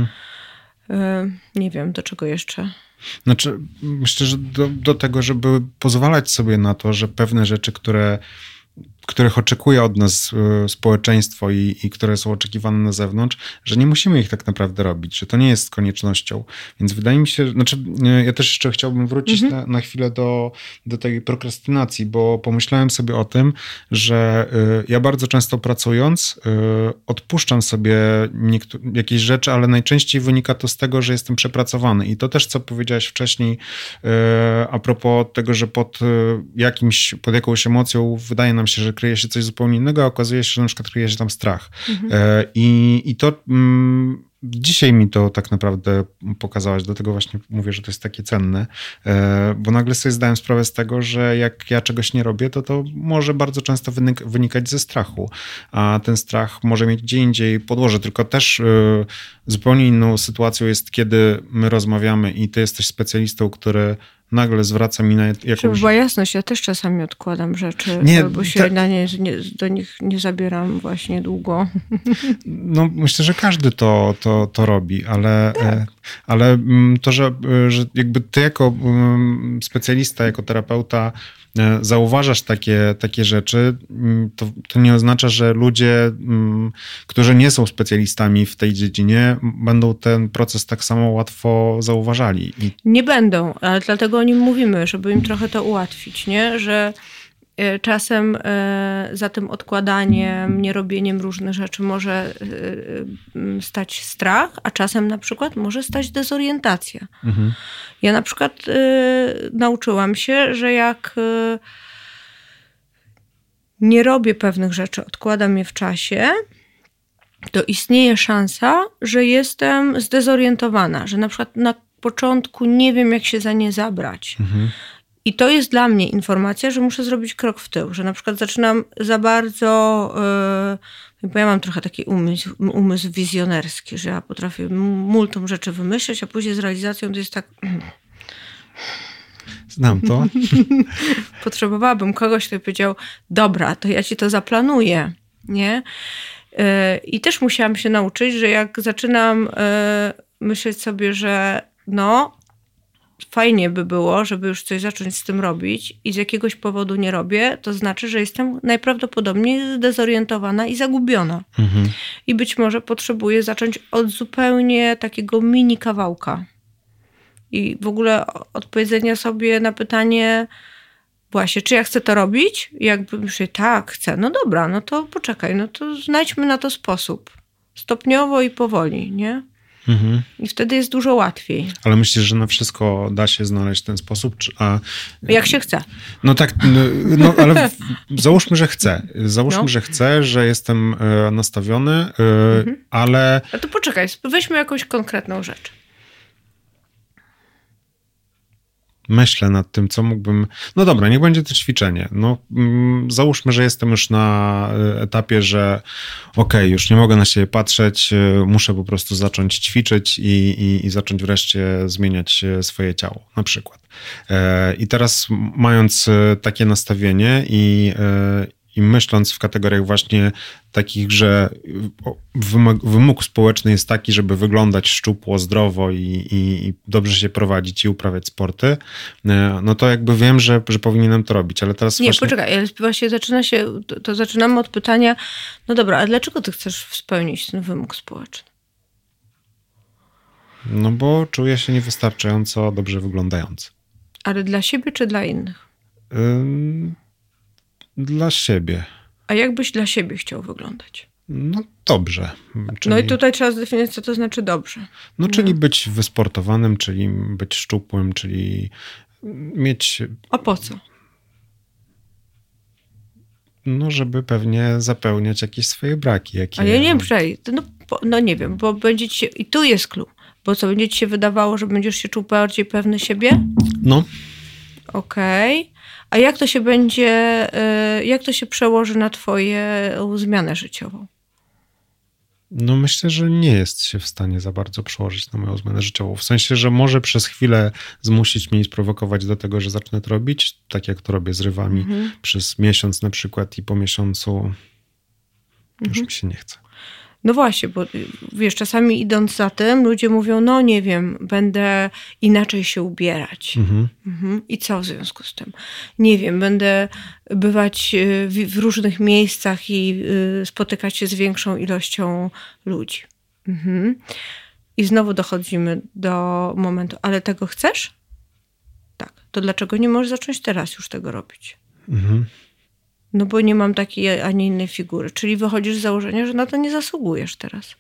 Nie wiem, do czego jeszcze. Znaczy, myślę, że do tego, żeby pozwalać sobie na to, że pewne rzeczy, których oczekuje od nas społeczeństwo i które są oczekiwane na zewnątrz, że nie musimy ich tak naprawdę robić, że to nie jest koniecznością. Więc wydaje mi się, ja też jeszcze chciałbym wrócić na chwilę do tej prokrastynacji, bo pomyślałem sobie o tym, że ja bardzo często pracując odpuszczam sobie jakieś rzeczy, ale najczęściej wynika to z tego, że jestem przepracowany. I to też, co powiedziałaś wcześniej a propos tego, że pod jakąś emocją wydaje nam się, że kryje się coś zupełnie innego, a okazuje się, że na przykład kryje się tam strach. I to dzisiaj mi to tak naprawdę pokazałaś, do tego właśnie mówię, że to jest takie cenne, bo nagle sobie zdałem sprawę z tego, że jak ja czegoś nie robię, to może bardzo często wynikać ze strachu, a ten strach może mieć gdzie indziej podłoże, tylko też zupełnie inną sytuacją jest, kiedy my rozmawiamy i ty jesteś specjalistą, który nagle zwraca mi na jakąś... Żeby była jasność, ja też czasami odkładam rzeczy, albo się do nich nie zabieram właśnie długo. No myślę, że każdy to robi, ale to, że jakby ty jako specjalista, jako terapeuta zauważasz takie rzeczy, to nie oznacza, że ludzie, którzy nie są specjalistami w tej dziedzinie, będą ten proces tak samo łatwo zauważali. Nie będą, ale dlatego o nim mówimy, żeby im trochę to ułatwić, nie? Że czasem za tym odkładaniem, nierobieniem różnych rzeczy może stać strach, a czasem na przykład może stać dezorientacja. Ja na przykład nauczyłam się, że jak nie robię pewnych rzeczy, odkładam je w czasie, to istnieje szansa, że jestem zdezorientowana, że na przykład na początku nie wiem, jak się za nie zabrać. I to jest dla mnie informacja, że muszę zrobić krok w tył, że na przykład zaczynam za bardzo, bo ja mam trochę taki umysł wizjonerski, że ja potrafię multum rzeczy wymyśleć, a później z realizacją to jest tak... Znam to. Potrzebowałabym kogoś, kto powiedział, dobra, to ja ci to zaplanuję, nie? I też musiałam się nauczyć, że jak zaczynam myśleć sobie, że fajnie by było, żeby już coś zacząć z tym robić i z jakiegoś powodu nie robię, to znaczy, że jestem najprawdopodobniej zdezorientowana i zagubiona. I być może potrzebuję zacząć od zupełnie takiego mini kawałka. I w ogóle odpowiedzenia sobie na pytanie właśnie, czy ja chcę to robić? Jakby myślę, tak, chcę. No dobra, no to poczekaj, no to znajdźmy na to sposób. Stopniowo i powoli, nie? I wtedy jest dużo łatwiej. Ale myślisz, że na wszystko da się znaleźć ten sposób? Jak się chce. No tak, ale załóżmy, że chcę. Że chcę, że jestem nastawiony, ale... A to poczekaj, weźmy jakąś konkretną rzecz. Myślę nad tym, co mógłbym... No dobra, niech będzie to ćwiczenie. Załóżmy, że jestem już na etapie, że już nie mogę na siebie patrzeć, muszę po prostu zacząć ćwiczyć i zacząć wreszcie zmieniać swoje ciało, na przykład. I teraz mając takie nastawienie i myśląc w kategoriach właśnie takich, że wymóg społeczny jest taki, żeby wyglądać szczupło, zdrowo i dobrze się prowadzić i uprawiać sporty, no to jakby wiem, że powinienem to robić, ale teraz Nie, poczekaj, właśnie zaczynamy od pytania, no dobra, a dlaczego ty chcesz spełnić ten wymóg społeczny? No bo czuję się niewystarczająco dobrze wyglądający. Ale dla siebie czy dla innych? Dla siebie. A jak byś dla siebie chciał wyglądać? No dobrze. No i tutaj trzeba zdefiniować, co to znaczy dobrze. Czyli być wysportowanym, czyli być szczupłym, czyli mieć... A po co? No żeby pewnie zapełniać jakieś swoje braki. A ja nie wiem, nie wiem, bo będzie ci się... I tu jest clue. Bo co, będzie ci się wydawało, że będziesz się czuł bardziej pewny siebie? No. Okej. A jak to się przełoży na twoją zmianę życiową? No myślę, że nie jest się w stanie za bardzo przełożyć na moją zmianę życiową. W sensie, że może przez chwilę zmusić mnie i sprowokować do tego, że zacznę to robić, tak jak to robię z rywami przez miesiąc na przykład i po miesiącu już mi się nie chce. No właśnie, bo wiesz, czasami idąc za tym, ludzie mówią, no nie wiem, będę inaczej się ubierać. I co w związku z tym? Nie wiem, będę bywać w różnych miejscach i spotykać się z większą ilością ludzi. I znowu dochodzimy do momentu, ale tego chcesz? Tak. To dlaczego nie możesz zacząć teraz już tego robić? No bo nie mam takiej, a nie innej figury. Czyli wychodzisz z założenia, że na to nie zasługujesz teraz.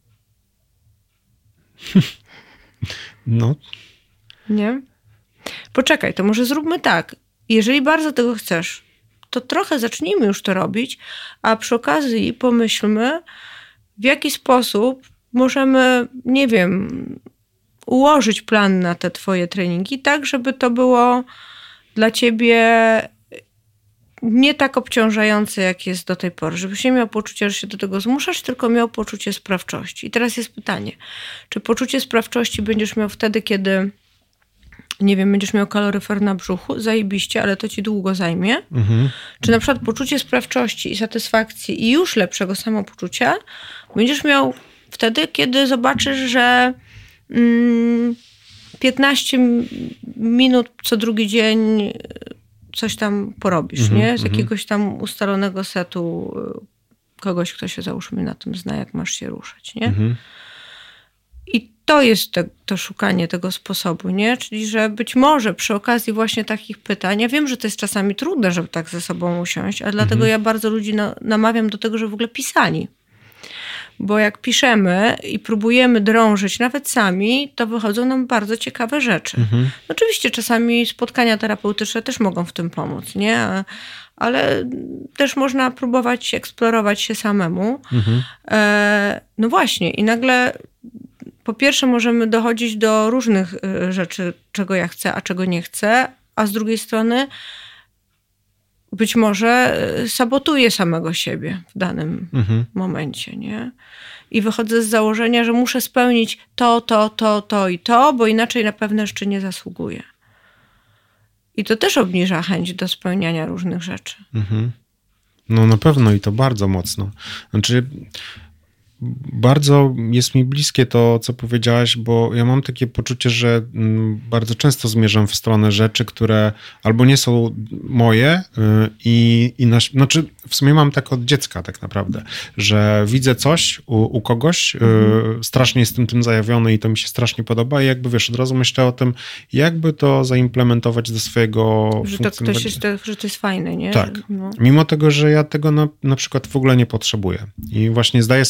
No. Nie? Poczekaj, to może zróbmy tak. Jeżeli bardzo tego chcesz, to trochę zacznijmy już to robić, a przy okazji pomyślmy, w jaki sposób możemy, nie wiem, ułożyć plan na te twoje treningi, tak, żeby to było dla ciebie nie tak obciążające, jak jest do tej pory. Żebyś nie miał poczucia, że się do tego zmuszasz, tylko miał poczucie sprawczości. I teraz jest pytanie, czy poczucie sprawczości będziesz miał wtedy, kiedy, nie wiem, będziesz miał kaloryfer na brzuchu? Zajebiście, ale to ci długo zajmie. Czy na przykład poczucie sprawczości i satysfakcji i już lepszego samopoczucia będziesz miał wtedy, kiedy zobaczysz, że 15 minut co drugi dzień coś tam porobisz, nie? Z jakiegoś tam ustalonego setu kogoś, kto się załóżmy na tym zna, jak masz się ruszać, nie? I to jest to szukanie tego sposobu, nie? Czyli, że być może przy okazji właśnie takich pytań, ja wiem, że to jest czasami trudne, żeby tak ze sobą usiąść, ale dlatego ja bardzo ludzi namawiam do tego, że w ogóle pisali. Bo jak piszemy i próbujemy drążyć nawet sami, to wychodzą nam bardzo ciekawe rzeczy. Oczywiście czasami spotkania terapeutyczne też mogą w tym pomóc, nie? Ale też można próbować eksplorować się samemu. No właśnie i nagle po pierwsze możemy dochodzić do różnych rzeczy, czego ja chcę, a czego nie chcę, a z drugiej strony być może sabotuję samego siebie w danym momencie, nie? I wychodzę z założenia, że muszę spełnić to i to, bo inaczej na pewne rzeczy nie zasługuję. I to też obniża chęć do spełniania różnych rzeczy. No na pewno i to bardzo mocno. Znaczy bardzo jest mi bliskie to, co powiedziałaś, bo ja mam takie poczucie, że bardzo często zmierzam w stronę rzeczy, które albo nie są moje znaczy w sumie mam tak od dziecka tak naprawdę, że widzę coś u kogoś, strasznie jestem tym zajawiony i to mi się strasznie podoba i jakby wiesz, od razu myślę o tym, jakby to zaimplementować do swojego funkcjonowania. Że to jest fajne, nie? Tak. No. Mimo tego, że ja tego na przykład w ogóle nie potrzebuję. I właśnie zdaję sobie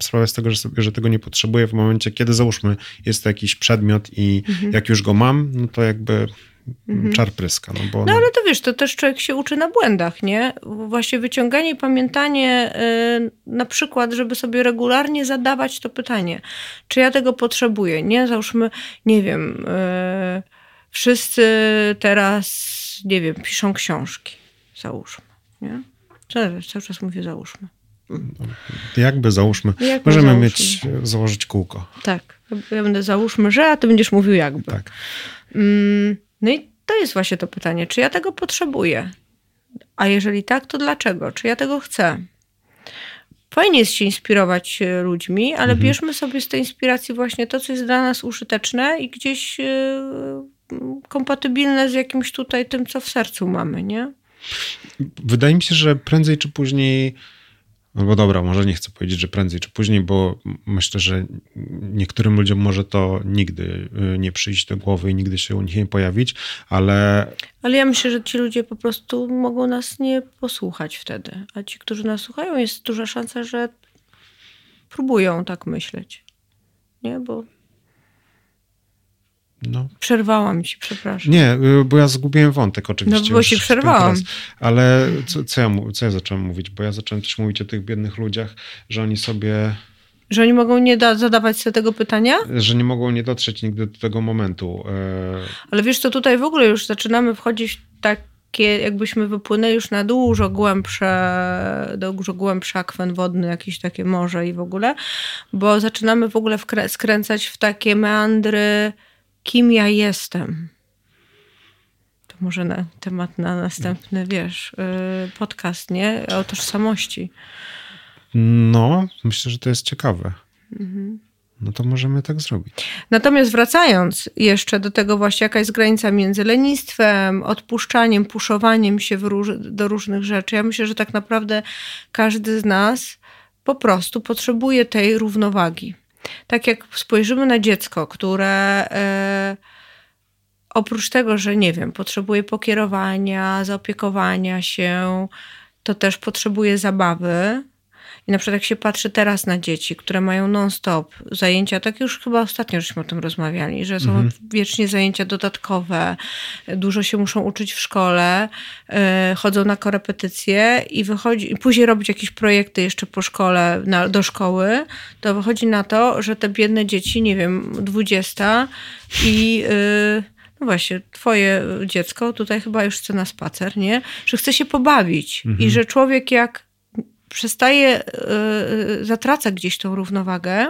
sprawę z tego, że tego nie potrzebuję w momencie, kiedy załóżmy jest to jakiś przedmiot i jak już go mam, no to jakby czar pryska. No ale to wiesz, to też człowiek się uczy na błędach, nie? Właśnie wyciąganie i pamiętanie na przykład, żeby sobie regularnie zadawać to pytanie, czy ja tego potrzebuję, nie? Załóżmy, nie wiem, wszyscy teraz, nie wiem, piszą książki. Załóżmy, nie? Cały czas mówię załóżmy. Załóżmy. Możemy założyć kółko. Tak. Ja będę załóżmy, że, a ty będziesz mówił jakby. Tak. No i to jest właśnie to pytanie, czy ja tego potrzebuję? A jeżeli tak, to dlaczego? Czy ja tego chcę? Fajnie jest się inspirować ludźmi, ale bierzmy sobie z tej inspiracji właśnie to, co jest dla nas użyteczne i gdzieś kompatybilne z jakimś tutaj tym, co w sercu mamy, nie? Wydaje mi się, że prędzej czy później, no bo dobra, może nie chcę powiedzieć, że prędzej czy później, bo myślę, że niektórym ludziom może to nigdy nie przyjść do głowy i nigdy się u nich nie pojawić, ale... Ale ja myślę, że ci ludzie po prostu mogą nas nie posłuchać wtedy, a ci, którzy nas słuchają, jest duża szansa, że próbują tak myśleć, nie? Bo... No. Przerwałam ci, przepraszam. Nie, bo ja zgubiłem wątek oczywiście. No bo się przerwałam. Ale co ja zacząłem mówić? Bo ja zacząłem też mówić o tych biednych ludziach, że oni sobie... Że oni mogą nie zadawać sobie tego pytania? Że nie mogą nie dotrzeć nigdy do tego momentu. Ale wiesz co, tutaj w ogóle już zaczynamy wchodzić w takie, jakbyśmy wypłynęli już na dużo głębszy akwen wodny, jakieś takie morze i w ogóle, bo zaczynamy w ogóle skręcać w takie meandry, kim ja jestem. To może na temat na następny, podcast, nie? O tożsamości. No, myślę, że to jest ciekawe. No to możemy tak zrobić. Natomiast wracając jeszcze do tego właśnie, jaka jest granica między lenistwem, odpuszczaniem, puszowaniem się do różnych rzeczy. Ja myślę, że tak naprawdę każdy z nas po prostu potrzebuje tej równowagi. Tak jak spojrzymy na dziecko, które oprócz tego, że nie wiem, potrzebuje pokierowania, zaopiekowania się, to też potrzebuje zabawy. I na przykład jak się patrzy teraz na dzieci, które mają non-stop zajęcia, tak już chyba ostatnio żeśmy o tym rozmawiali, że są wiecznie zajęcia dodatkowe, dużo się muszą uczyć w szkole, chodzą na korepetycje i później robić jakieś projekty jeszcze po szkole, do szkoły, to wychodzi na to, że te biedne dzieci, nie wiem, 20 i... No właśnie, twoje dziecko tutaj chyba już chce na spacer, nie? Że chce się pobawić i że człowiek jak zatraca gdzieś tą równowagę,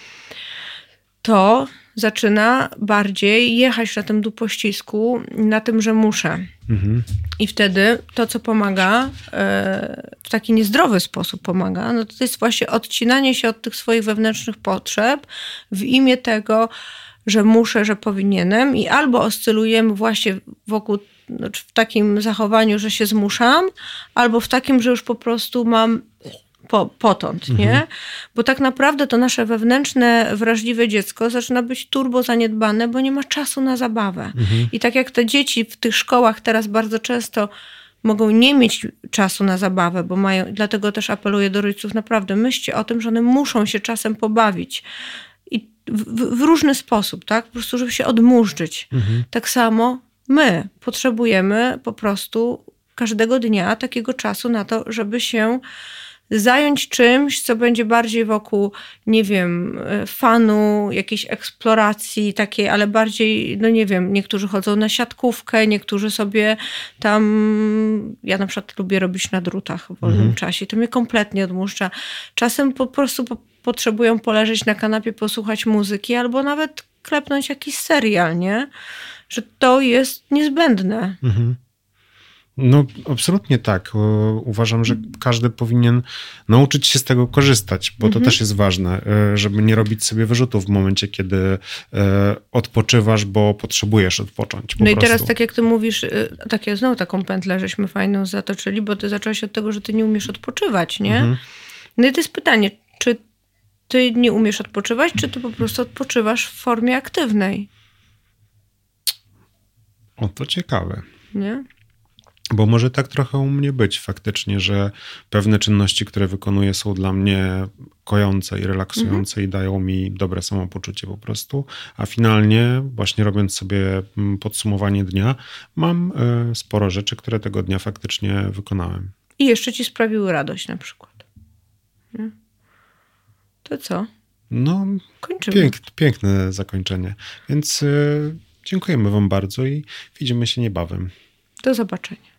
to zaczyna bardziej jechać na tym dupościsku, na tym, że muszę. I wtedy to, co pomaga, w taki niezdrowy sposób pomaga, no to jest właśnie odcinanie się od tych swoich wewnętrznych potrzeb w imię tego, że muszę, że powinienem i albo oscylujemy właśnie wokół, w takim zachowaniu, że się zmuszam, albo w takim, że już po prostu mam potąd, nie? Bo tak naprawdę to nasze wewnętrzne, wrażliwe dziecko zaczyna być turbo zaniedbane, bo nie ma czasu na zabawę. I tak jak te dzieci w tych szkołach teraz bardzo często mogą nie mieć czasu na zabawę, bo mają, dlatego też apeluję do rodziców, naprawdę myślcie o tym, że one muszą się czasem pobawić. I w różny sposób, tak? Po prostu, żeby się odmurzyć. Tak samo my potrzebujemy po prostu każdego dnia takiego czasu na to, żeby się zająć czymś, co będzie bardziej wokół, nie wiem, fanu, jakiejś eksploracji takiej, ale bardziej, no nie wiem, niektórzy chodzą na siatkówkę, niektórzy sobie tam, ja na przykład lubię robić na drutach w wolnym czasie, to mnie kompletnie odmuszcza. Czasem po prostu potrzebują poleżeć na kanapie, posłuchać muzyki, albo nawet klepnąć jakiś serial, nie? Że to jest niezbędne. No absolutnie tak. Uważam, że każdy powinien nauczyć się z tego korzystać, bo to też jest ważne, żeby nie robić sobie wyrzutów w momencie, kiedy odpoczywasz, bo potrzebujesz odpocząć. No i teraz tak jak ty mówisz, znowu taką pętlę żeśmy fajną zatoczyli, bo ty zacząłeś od tego, że ty nie umiesz odpoczywać, nie? No i to jest pytanie, czy ty nie umiesz odpoczywać, czy ty po prostu odpoczywasz w formie aktywnej? O, to ciekawe. Nie? Bo może tak trochę u mnie być faktycznie, że pewne czynności, które wykonuję, są dla mnie kojące i relaksujące i dają mi dobre samopoczucie po prostu, a finalnie właśnie robiąc sobie podsumowanie dnia, mam sporo rzeczy, które tego dnia faktycznie wykonałem. I jeszcze ci sprawiły radość na przykład. Nie? To co? No, kończymy. Piękne zakończenie. Więc dziękujemy wam bardzo i widzimy się niebawem. Do zobaczenia.